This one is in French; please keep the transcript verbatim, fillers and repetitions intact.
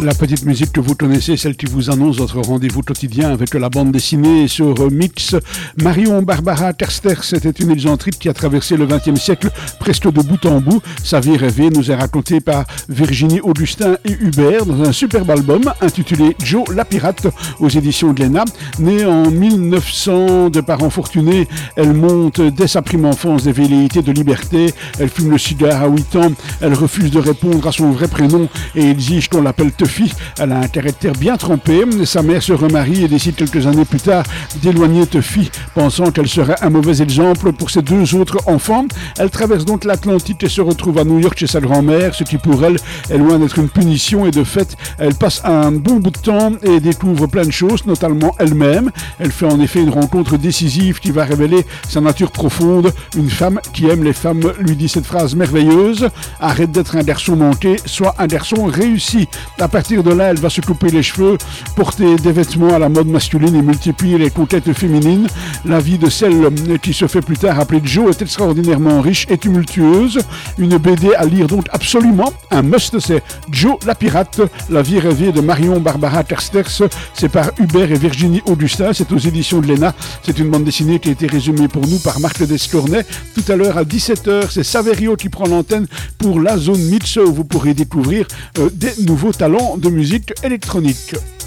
La petite musique que vous connaissez, celle qui vous annonce votre rendez-vous quotidien avec la bande dessinée sur Mix. Marion Barbara Tersters était une excentrique qui a traversé le vingtième siècle presque de bout en bout. Sa vie rêvée nous est racontée par Virginie Augustin et Hubert dans un superbe album intitulé Joe la pirate aux éditions de l'E N A. Née en mille neuf cents de parents fortunés, elle monte dès sa prime enfance des velléités de liberté. Elle fume le cigare à huit ans. Elle refuse de répondre à son vrai prénom et exige qu'on l'appelle Tuffy. Elle a un caractère bien trempé. Sa mère se remarie et décide quelques années plus tard d'éloigner Tuffy, pensant qu'elle serait un mauvais exemple pour ses deux autres enfants. Elle traverse donc l'Atlantique et se retrouve à New York chez sa grand-mère, ce qui pour elle est loin d'être une punition, et de fait, elle passe un bon bout de temps et découvre plein de choses, notamment elle-même. Elle fait en effet une rencontre décisive qui va révéler sa nature profonde. Une femme qui aime les femmes lui dit cette phrase merveilleuse: arrête d'être un garçon manqué, sois un garçon réussi. À partir de là, elle va se couper les cheveux, porter des vêtements à la mode masculine et multiplier les conquêtes féminines. La vie de celle qui se fait plus tard appeler Jo est extraordinairement riche et tumultueuse. Une B D à lire donc absolument, un must, c'est Jo la pirate, la vie rêvée de Marion Barbara Tersters. C'est par Hubert et Virginie Augustin, c'est aux éditions de l'E N A. C'est une bande dessinée qui a été résumée pour nous par Marc Descornet. Tout à l'heure à dix-sept heures, c'est Saverio qui prend l'antenne pour la zone Mix, où vous pourrez découvrir euh, des nouveaux talents de musique électronique.